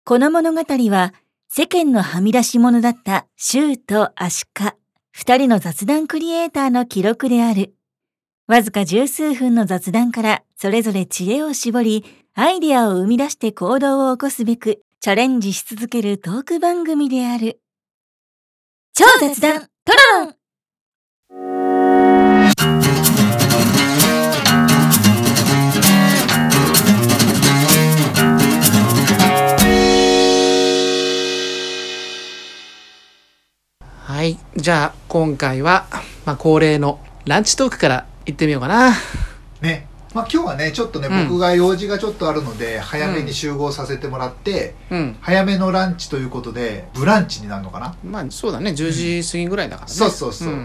この物語は世間のはみ出し者だったシュウとアシカ、二人の雑談クリエイターの記録である。わずか十数分の雑談からそれぞれ知恵を絞り、アイデアを生み出して行動を起こすべくチャレンジし続けるトーク番組である。超雑談トロロン。 はい、じゃあ今回は、恒例のランチトークから行ってみようかな。 ね、今日はねちょっとね、僕が用事がちょっとあるので早めに集合させてもらって、早めのランチということでブランチになるのかな。 そうだね、10時過ぎぐらいだからね。 そう、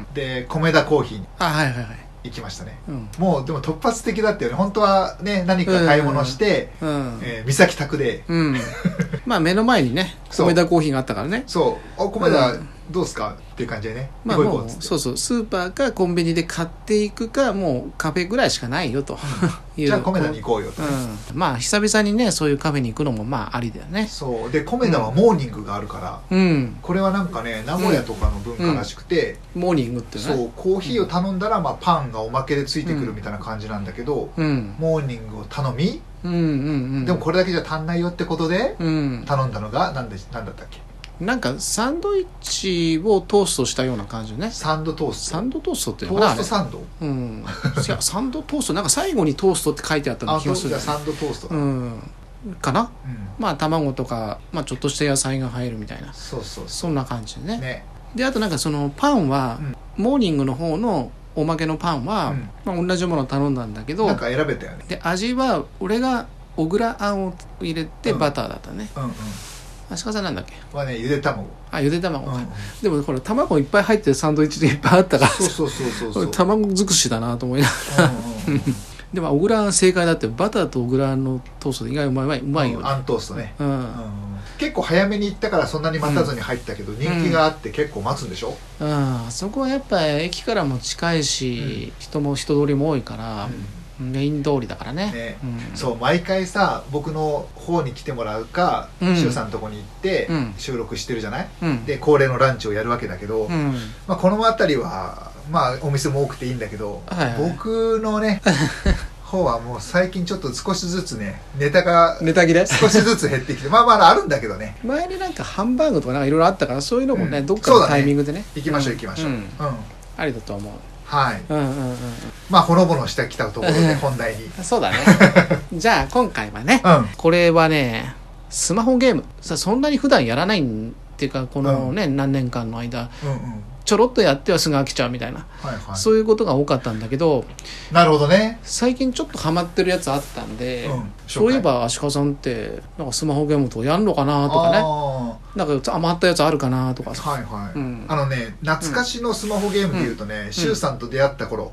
で米田コーヒーに行きましたね。もうでも突発的だったよね。本当はね何か買い物して、三崎宅で、 目の前にね米田コーヒーがあったからね。 そう米田どうすかっていう感じでね。 もうスーパーかコンビニで買っていくか、もうカフェぐらいしかないよというじゃあ米田に行こうよと、 久々にねそういうカフェに行くのもありだよね。 そうで米田はモーニングがあるから、これはなんかね名古屋とかの文化らしくて、 モーニングってね、 そうコーヒーを頼んだら、パンがおまけでついてくるみたいな感じなんだけど、モーニングを頼み、でもこれだけじゃ足んないよってことで、頼んだのがなんだったっけ。 なんかサンドイッチをトーストしたような感じね。 サンドトーストっていうのかな。 トーストサンド、 いやサンドトースト、なんか最後にトーストって書いてあった気がする、 サンドトーストかな、卵とか、ちょっとした野菜が入るみたいな、そんな感じで ね。であとなんかそのパンは、モーニングの方のおまけのパンは、同じものを頼んだんだけど、 なんか選べたよね。 で味は俺が小倉あんを入れてバターだったね。足利さんなんだっけはね、ゆで卵。 ゆで卵か、でもこれ卵いっぱい入ってるサンドイッチでいっぱいあったから、そう卵尽くしだなと思いながらでも小倉あん正解だって。バターと小倉あんのトースト意外うまいよね。 あんトーストね、結構早めに行ったからそんなに待たずに入ったけど、人気があって結構待つんでしょ。 そこはやっぱ駅からも近いし、人通りも多いから、メイン通りだからね。 そう毎回さ僕の方に来てもらうか、周さんのとこに行って収録してるじゃない、で恒例のランチをやるわけだけど、この辺りはお店も多くていいんだけど、僕のね方はもう最近ちょっと少しずつねネタ切れ少しずつ減ってきてまだあるんだけどね。 前になんかハンバーグとかなんかいろいろあったから、そういうのもね、どっかのタイミングでね行きましょうありだと思う。 はい、ほのぼのしてきたところで本題にそうだねじゃあ今回はね、これはねスマホゲームそんなに普段やらないっていうか、このね、何年間の間、ちょろっとやってはすぐ飽きちゃうみたいな、そういうことが多かったんだけど、 なるほどね。 最近ちょっとハマってるやつあったんで、そういえば足利さんってなんかスマホゲームとかやんのかなとかね、なんか余ったやつあるかなとかさ、 懐かしのスマホゲームでいうとね、シュウさんと出会った頃、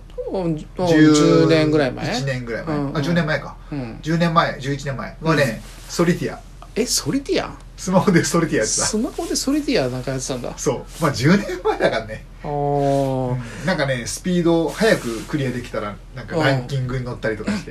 10年ぐらい前、 1年ぐらい前、10年前か、10年前11年前はね、ソリティア。 ソリティア、 スマホでソリティアやってた。 スマホでソリティアなんかやってたんだ。 そう10年前だからね。なんかねスピード早くクリアできたらなんかランキングに乗ったりとかして、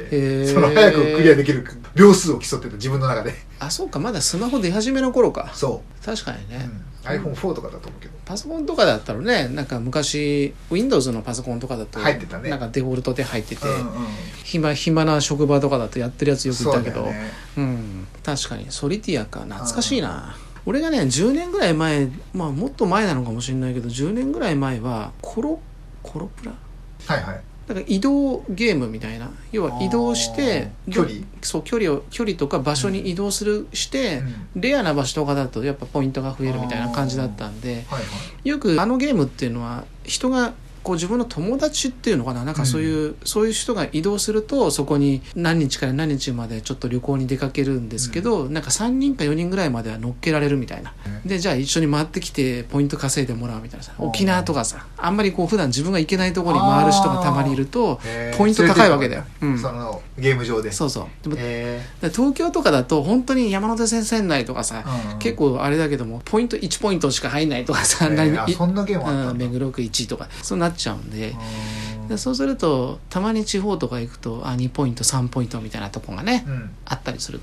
その早くクリアできる秒数を競ってた自分の中で。 そうか、まだスマホ出始めの頃か。 そう確かにね、 iPhone4 とかだと思うけど、 パソコンとかだったらね、なんか昔 Windows のパソコンとかだと入ってたね。 なんかデフォルトで入ってて、暇な職場とかだとやってるやつよくいたけど、確かにソリティアか、懐かしいな。俺がね10年ぐらい前、もっと前なのかもしれないけど、10年ぐらい前はコロプラ、だから移動ゲームみたいな、要は移動して距離とか場所に移動して、レアな場所とかだとやっぱポイントが増えるみたいな感じだったんで、よくあのゲームっていうのは人がこう自分の友達っていうのかな、なんかそういう人が移動するとそこに何日から何日までちょっと旅行に出かけるんですけど、なんか3人か4人ぐらいまでは乗っけられるみたいな、でじゃあ一緒に回ってきてポイント稼いでもらうみたいなさ、沖縄とかさ、あんまりこう普段自分が行けないところに回る人がたまにいるとポイント高いわけだよ、 そのゲーム上で。 でも東京とかだと本当に山手線内とかさ、結構あれだけどもポイント1ポイントしか入んないとかさ、 そんなゲームあったんだ。 目黒区1とかそうなっちゃうんで、そうするとたまに地方とか行くと2ポイント3ポイントみたいなとこがね、あったりすると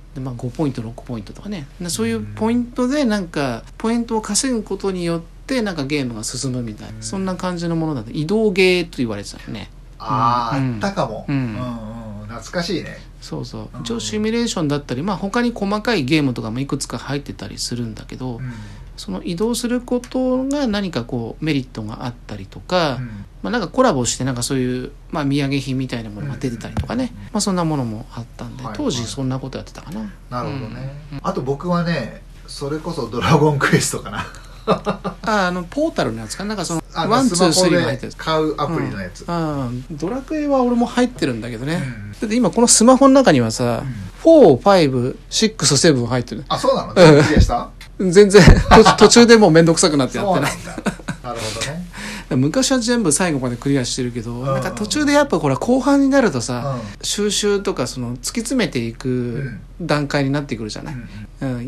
で、まあ、5ポイント6ポイントとかね、そういうポイントでなんかポイントを稼ぐことによってなんかゲームが進むみたいな、そんな感じのものだって移動ゲーと言われてたよね。 あったかも、懐かしいね。 そうそう、一応シミュレーションだったり、まあ、他に細かいゲームとかもいくつか入ってたりするんだけど、その移動することが何かこうメリットがあったりとか、まあ、なんかコラボしてなんかそういう、まあ、土産品みたいなものが出てたりとかね、まあ、そんなものもあったんで、当時そんなことやってたかな。 なるほどね、あと僕はねそれこそドラゴンクエストかなポータルのやつかなんかそのワンツースリーが入ってる買うアプリのやつ、 ドラクエは俺も入ってるんだけどね、だって今このスマホの中にはさ、4、5、6、7入ってる。 あ、そうなの？全部クリアした？ 全然途中でもうめんどくさくなってやってない。 そうなんだ。なるほどね。 昔は全部最後までクリアしてるけど、なんか途中でやっぱほら後半になるとさ、収集とかその突き詰めていく段階になってくるじゃない、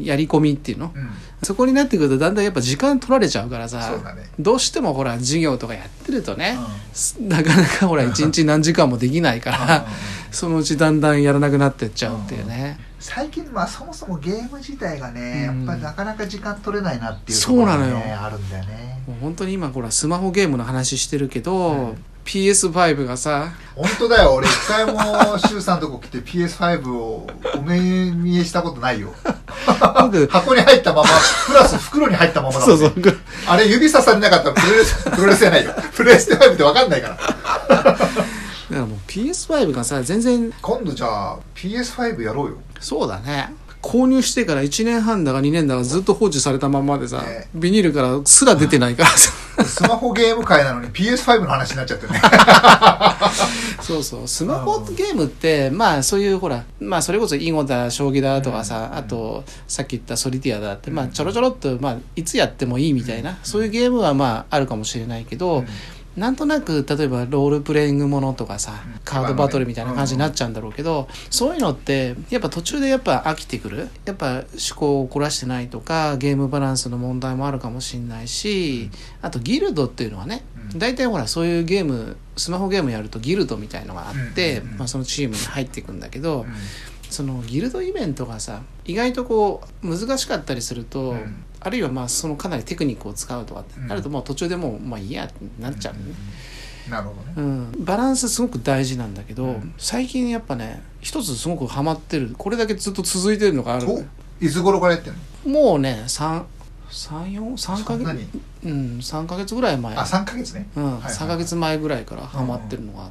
やり込みっていうの、そこになってくるとだんだんやっぱ時間取られちゃうからさ、どうしてもほら授業とかやってるとね、なかなかほら一日何時間もできないからそのうちだんだんやらなくなってっちゃうっていうね。 最近まあそもそもゲーム自体がね、やっぱりなかなか時間取れないなっていうところがねあるんだよね。 もう本当に今ほらスマホゲームの話してるけど、PS5 がさ、 本当だよ、俺一回もシュウさんのとこ来て PS5 をお目見えしたことないよ箱に入ったままプラス袋に入ったままだもんね。そうあれ指さされなかったらプロレスじゃないよプレステ5って分かんないからだからもう PS5 がさ全然、 今度じゃあ PS5 やろうよ。 そうだね、購入してから1年半だか2年だかずっと放置されたままでさ、ビニールからすら出てないからさスマホゲーム界なのに PS5 の話になっちゃってねそうそう、スマホゲームってまあそういうほら、まあそれこそ囲碁だ将棋だとかさ、あとさっき言ったソリティアだって、まあちょろちょろっと、まあいつやってもいいみたいな、そういうゲームはまああるかもしれないけど、なんとなく例えばロールプレイングものとかさ、カードバトルみたいな感じになっちゃうんだろうけど、そういうのってやっぱ途中でやっぱ飽きてくる、やっぱ思考を凝らしてないとかゲームバランスの問題もあるかもしれないし、あとギルドっていうのはね、大体ほらそういうゲームスマホゲームやるとギルドみたいのがあって、まあ、そのチームに入っていくんだけど、そのギルドイベントがさ意外とこう難しかったりすると、あるいはまあそのかなりテクニックを使うとかってなると、もう途中でもうまあいいやってなっちゃうね、 なるほどね、 バランスすごく大事なんだけど、最近やっぱね一つすごくハマってる、これだけずっと続いてるのがある。 いつ頃からやってんの？ もうね3ヶ月、3ヶ月ぐらい前。 あ、3ヶ月ね、 3ヶ月前ぐらいからハマってるのがあって、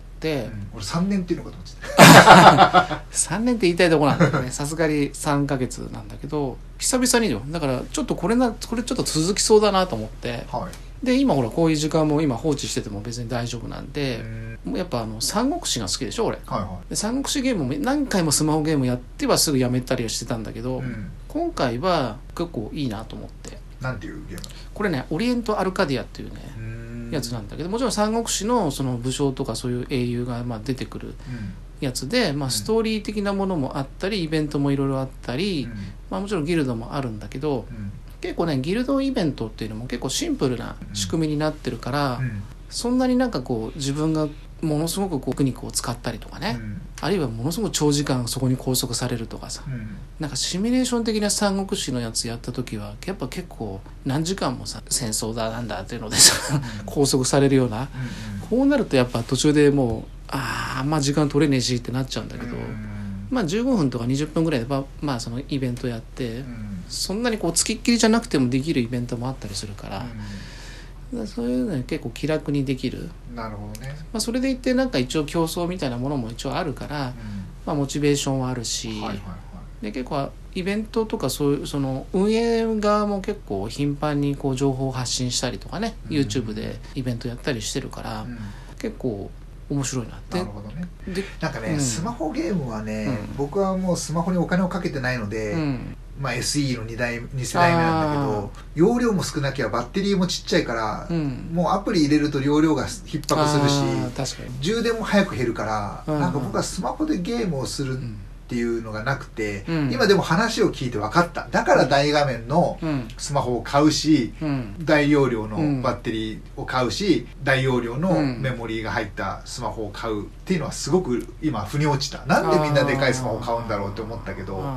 俺3年っていうのかと思ってた 3年って言いたいところなんだけどね、さすがに3ヶ月なんだけど、久々によ、だからちょっとこれちょっと続きそうだなと思って、で今ほらこういう時間も今放置してても別に大丈夫なんで、やっぱ三国志が好きでしょ俺、で三国志ゲームも何回もスマホゲームやってはすぐやめたりはしてたんだけど、今回は結構いいなと思って。 なんていうゲーム？ これねオリエント・アルカディアっていうねやつなんだけど、もちろん三国志のその武将とかそういう英雄がまあ出てくるやつで、まあ、ストーリー的なものもあったりイベントもいろいろあったり、まあ、もちろんギルドもあるんだけど、結構ねギルドイベントっていうのも結構シンプルな仕組みになってるから、そんなになんかこう自分がものすごくこうテクニックを使ったりとかね、あるいはものすごく長時間そこに拘束されるとかさ、なんかシミュレーション的な三国志のやつやった時はやっぱ結構何時間もさ戦争だなんだっていうのでさ拘束されるような、こうなるとやっぱ途中でもうあんま時間取れねえしってなっちゃうんだけど、まあ15分とか20分ぐらいでまあそのイベントやって、そんなにこう付きっきりじゃなくてもできるイベントもあったりするから、そういうのに結構気楽にできる。 なるほどね。 まあ、それでいってなんか一応競争みたいなものも一応あるから、まあ、モチベーションはあるし、で結構イベントとかそういうその運営側も結構頻繁にこう情報を発信したりとかね、YouTube でイベントやったりしてるから、結構面白いなって。 なるほどね。なんかね、スマホゲームはね、僕はもうスマホにお金をかけてないので、まあ、SE の2世代目なんだけど、容量も少なきゃバッテリーもちっちゃいから、もうアプリ入れると容量が逼迫するし、充電も早く減るから、なんか僕はスマホでゲームをするっていうのがなくて、今でも話を聞いて分かった。だから大画面のスマホを買うし、大容量のバッテリーを買うし、大容量のメモリーが入ったスマホを買うっていうのはすごく今腑に落ちた。なんでみんなでかいスマホを買うんだろうって思ったけど、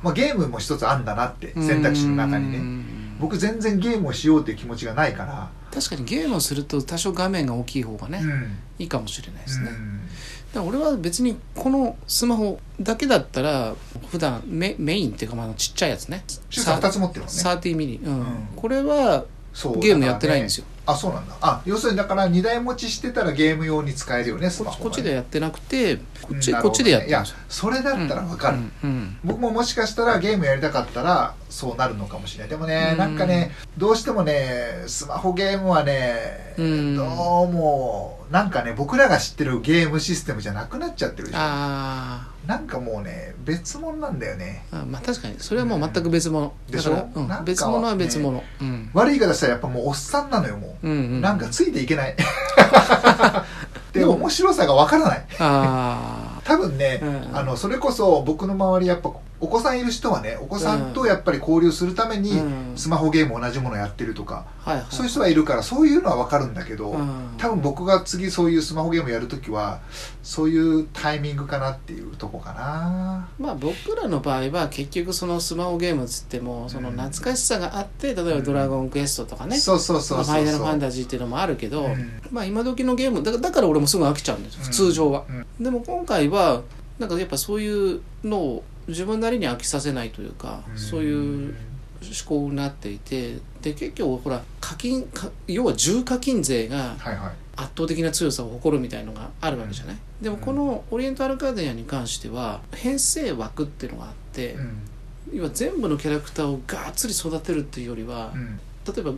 まあ、ゲームも一つあんだなって選択肢の中にね。僕全然ゲームをしようっていう気持ちがないから。 確かにゲームをすると多少画面が大きい方がね、いいかもしれないですね。だから俺は別にこのスマホだけだったら普段メインっていうかちっちゃいやつね。 2つ持ってるもんね。 30ミリ、これはゲームやってないんですよ。 あ、そうなんだ。あ、要するにだから2台持ちしてたらゲーム用に使えるよね、スマホ、ね、 こっちでやってなくてこっちでやってるんですよ。 いや、それだったら分かる、僕ももしかしたらゲームやりたかったらそうなるのかもしれない。でもね、なんかね、どうしてもねスマホゲームはね、どうもなんかね、僕らが知ってるゲームシステムじゃなくなっちゃってるでしょ。なんかもうね、別物なんだよね。 まあ確かにそれはもう全く別物、 でしょ、 別物は別物、 悪い言い方したらやっぱもうおっさんなのよ、もう、なんかついていけないで、面白さがわからない多分ね、それこそ僕の周りやっぱお子さんいる人はね、お子さんとやっぱり交流するためにスマホゲーム同じものやってるとか、そういう人はいるからそういうのは分かるんだけど、多分僕が次そういうスマホゲームやるときはそういうタイミングかなっていうとこかな。 まあ僕らの場合は結局そのスマホゲームつってもその懐かしさがあって、例えばドラゴンクエストとかね、ファイナルファンタジーっていうのもあるけど、まあ今時のゲームだから俺もすぐ飽きちゃうんですよ、通常は。でも今回はなんかやっぱそういうのを自分なりに飽きさせないというか、そういう思考になっていて、で結局ほら要は重課金税が圧倒的な強さを誇るみたいのがあるわけじゃない。でもこのオリエンタルガーデンアに関しては編成枠っていうのがあって、要は全部のキャラクターをがっつり育てるっていうよりは、例えば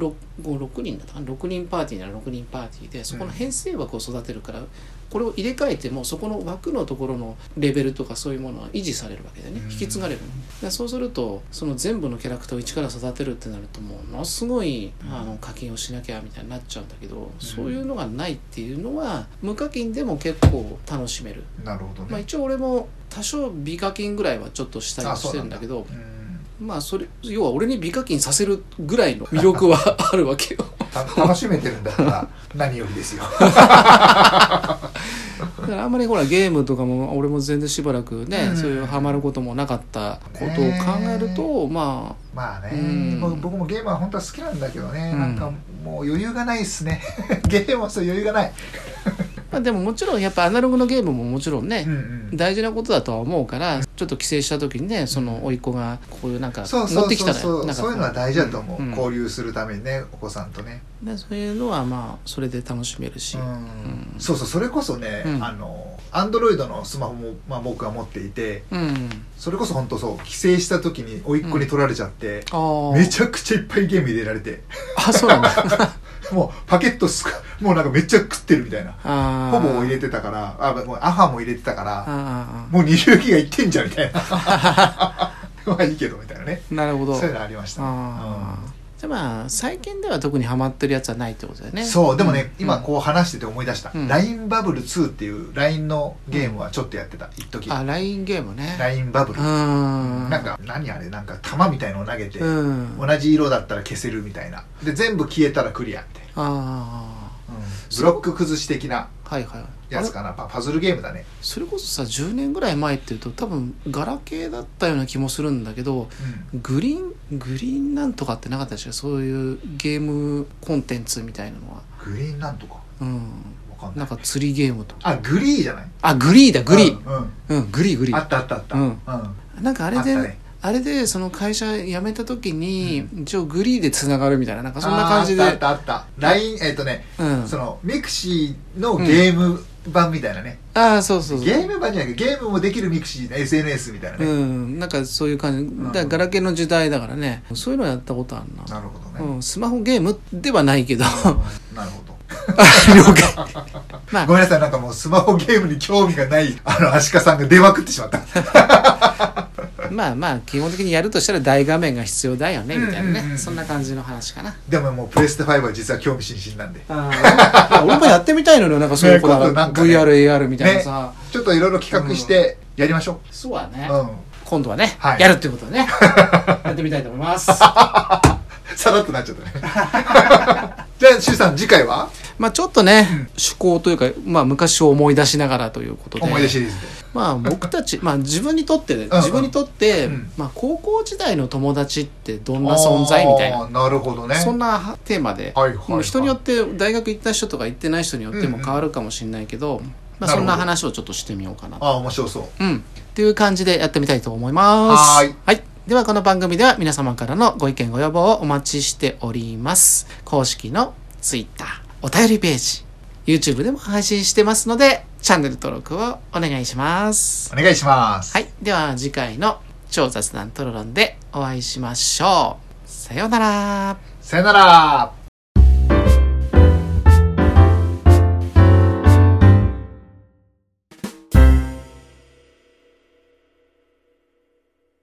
6人だったかな、6人パーティーなら6人パーティーでそこの編成枠を育てるから、これを入れ替えてもそこの枠のところのレベルとかそういうものは維持されるわけでね、引き継がれるの。そうするとその全部のキャラクターを一から育てるってなるとものすごい課金をしなきゃみたいになっちゃうんだけど、そういうのがないっていうのは無課金でも結構楽しめる。 なるほどね。 まあ、一応俺も多少微課金ぐらいはちょっとしたりしてるんだけど、まあそれ要は俺に微課金させるぐらいの魅力はあるわけよ楽しめてるんだったら何よりですよだからあんまりほらゲームとかも俺も全然しばらくね、そういうハマることもなかったことを考えると、まあね、僕もゲームは本当は好きなんだけどね、なんかもう余裕がないっすねゲームはそう余裕がないまあでももちろんやっぱアナログのゲームももちろんね、大事なことだとは思うから、ちょっと帰省した時にね、その甥っ子がこういうなんか持ってきたらそういうのは大事だと思う、交流するためにね、お子さんとね。 でそういうのはまあそれで楽しめるし、 そうそれこそね、アンドロイドのスマホも、まあ、僕は持っていて、それこそ本当そう帰省した時に甥っ子に取られちゃって、めちゃくちゃいっぱいゲーム入れられてそうなんだもうパケットもうなんかめっちゃ食ってるみたいな、ほぼ入れてたから、もうアファも入れてたから、もう20ギガいってんじゃんみたいなまあいいけどみたいなね。 なるほど、 そういうのありましたね。 じゃあまあ最近では特にハマってるやつはないってことだよね。 そうでもね、今こう話してて思い出した、LINE バブル2っていう LINE のゲームはちょっとやってた、一時。 LINE ゲームね。 LINE バブル、なんか何あれ、なんか弾みたいのを投げて、同じ色だったら消せるみたいなで、全部消えたらクリアみたいな、ブロック崩し的なやつかな。パズルゲームだね。 それこそさ10年ぐらい前っていうと多分ガラケーだったような気もするんだけど、グリーンなんとかってなかったでしょ、そういうゲームコンテンツみたいなのは。 グリーンなんとか、 なんか釣りゲームとか。 グリーじゃない？ グリーだ、グリー、グリーあった、 なんかあれでその会社辞めた時に一応グリーでつながるみたいな、なんかそんな感じで。 あった LINE そのミクシーのゲーム版みたいなね。 そうゲーム版じゃないけどゲームもできるミクシー SNS みたいなね。なんかそういう感じだから、ガラケーの時代だからね、そういうのやったことあるな。 なるほどね。 スマホゲームではないけどなるほど了解ごめんなさい、なんかもうスマホゲームに興味がないアシカさんが出まくってしまったまあ基本的にやるとしたら大画面が必要だよねみたいなね、そんな感じの話かな。 でももうプレステ5は実は興味津々なんで俺もやってみたいのよ、なんかそういうこと、VR、AR みたいなさ、 ちょっといろいろ企画してやりましょう。 そうだね、今度はね、やるっていうことでねやってみたいと思いますさらっとなっちゃったねじゃあシュウさん次回はまあちょっとね、趣向というか、まあ昔を思い出しながらということで、 思い出シリーズで、 まあ僕たちまあ自分にとって、まあ高校時代の友達ってどんな存在みたいな、 なるほどね、 そんなテーマで、人によって大学行った人とか行ってない人によっても変わるかもしれないけど、まあそんな話をちょっとしてみようかなと。 面白そう。 っていう感じでやってみたいと思います。はい。ではこの番組では皆様からのご意見ご要望をお待ちしております。公式の Twitter、お便りページ、YouTube でも配信してますので、チャンネル登録をお願いします。 お願いします。 はい。では次回の超雑談トロロンでお会いしましょう。さようなら。 さようなら。